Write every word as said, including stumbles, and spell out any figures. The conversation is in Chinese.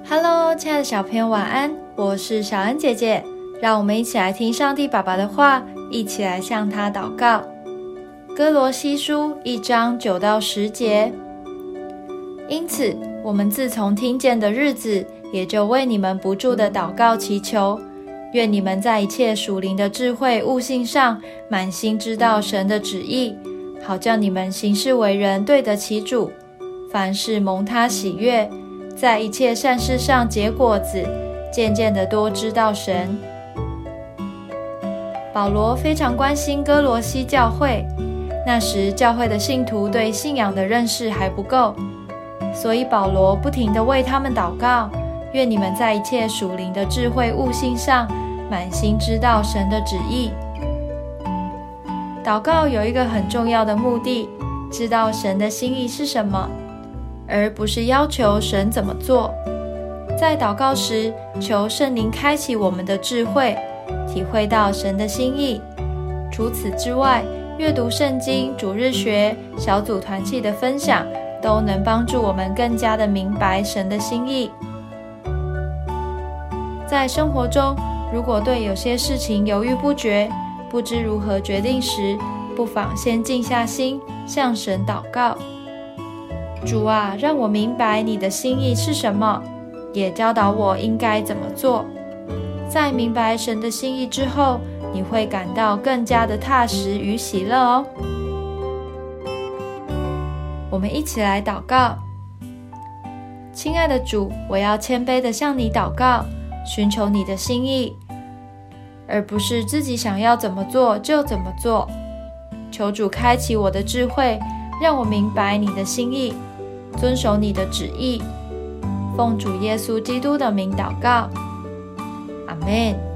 Hello， 亲爱的小朋友晚安，我是小恩姐姐，让我们一起来听上帝爸爸的话，一起来向他祷告。哥罗西书一章九到十节，因此我们自从听见的日子，也就为你们不住的祷告祈求，愿你们在一切属灵的智慧悟性上，满心知道神的旨意，好叫你们行事为人对得起主，凡事蒙他喜悦，在一切善事上结果子，渐渐的多知道神。保罗非常关心哥罗西教会，那时教会的信徒对信仰的认识还不够，所以保罗不停地为他们祷告，愿你们在一切属灵的智慧悟性上，满心知道神的旨意。祷告有一个很重要的目的，知道神的心意是什么，而不是要求神怎么做。在祷告时，求圣灵开启我们的智慧，体会到神的心意。除此之外，阅读圣经、主日学、小组团契的分享，都能帮助我们更加的明白神的心意。在生活中，如果对有些事情犹豫不决，不知如何决定时，不妨先静下心，向神祷告。主啊，让我明白你的心意是什么，也教导我应该怎么做。在明白神的心意之后，你会感到更加的踏实与喜乐哦。我们一起来祷告。亲爱的主，我要谦卑地向你祷告，寻求你的心意，而不是自己想要怎么做就怎么做。求主开启我的智慧，让我明白你的心意，遵守你的旨意。奉主耶稣基督的名祷告，阿们。